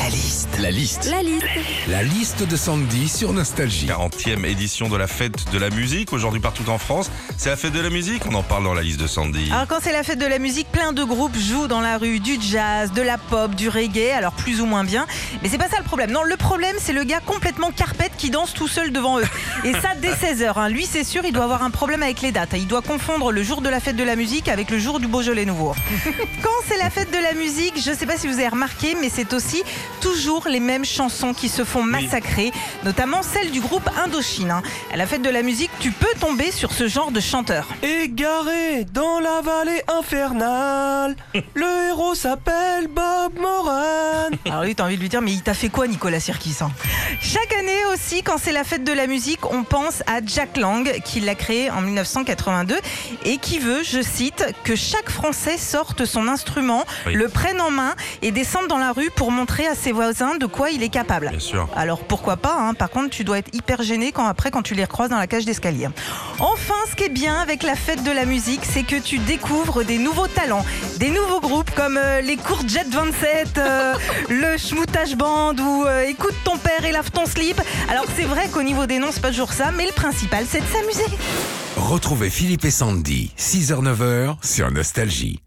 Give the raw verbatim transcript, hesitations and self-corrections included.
La liste. La liste. La liste. La liste de Sandy sur Nostalgie. quarantième édition de la fête de la musique, aujourd'hui partout en France. C'est la fête de la musique, on en parle dans la liste de Sandy. Alors quand c'est la fête de la musique, plein de groupes jouent dans la rue, du jazz, de la pop, du reggae, alors plus ou moins bien. Mais c'est pas ça le problème. Non, le problème c'est le gars complètement carpette qui danse tout seul devant eux. Et ça dès seize heures. Hein. Lui c'est sûr, il doit avoir un problème avec les dates. Il doit confondre le jour de la fête de la musique avec le jour du Beaujolais nouveau. Quand c'est la fête de la musique, je sais pas si vous avez remarqué, mais c'est aussi toujours les mêmes chansons qui se font massacrer, oui. Notamment celle du groupe Indochine. Hein. À la fête de la musique, tu peux tomber sur ce genre de chanteur. Égaré dans la vallée infernale, le héros s'appelle Bob Moran. Alors lui, t'as envie de lui dire, mais il t'a fait quoi, Nicolas Sirkis, hein? Chaque année aussi, quand c'est la fête de la musique, on pense à Jack Lang, qui l'a créé en dix-neuf cent quatre-vingt-deux et qui veut, je cite, que chaque Français sorte son instrument, oui. le prenne en main et descende dans la rue pour montrer à ses voisins de quoi il est capable. Bien sûr. Alors pourquoi pas, hein. Par contre, tu dois être hyper gêné quand après quand tu les recroises dans la cage d'escalier. Enfin, ce qui est bien avec la fête de la musique, c'est que tu découvres des nouveaux talents, des nouveaux groupes comme euh, les Courgettes vingt-sept, euh, le Schmoutage Band ou euh, Écoute ton père et lave ton slip. Alors c'est vrai qu'au niveau des noms, c'est pas toujours ça, mais le principal, c'est de s'amuser. Retrouvez Philippe et Sandy, six heures neuf heures sur Nostalgie.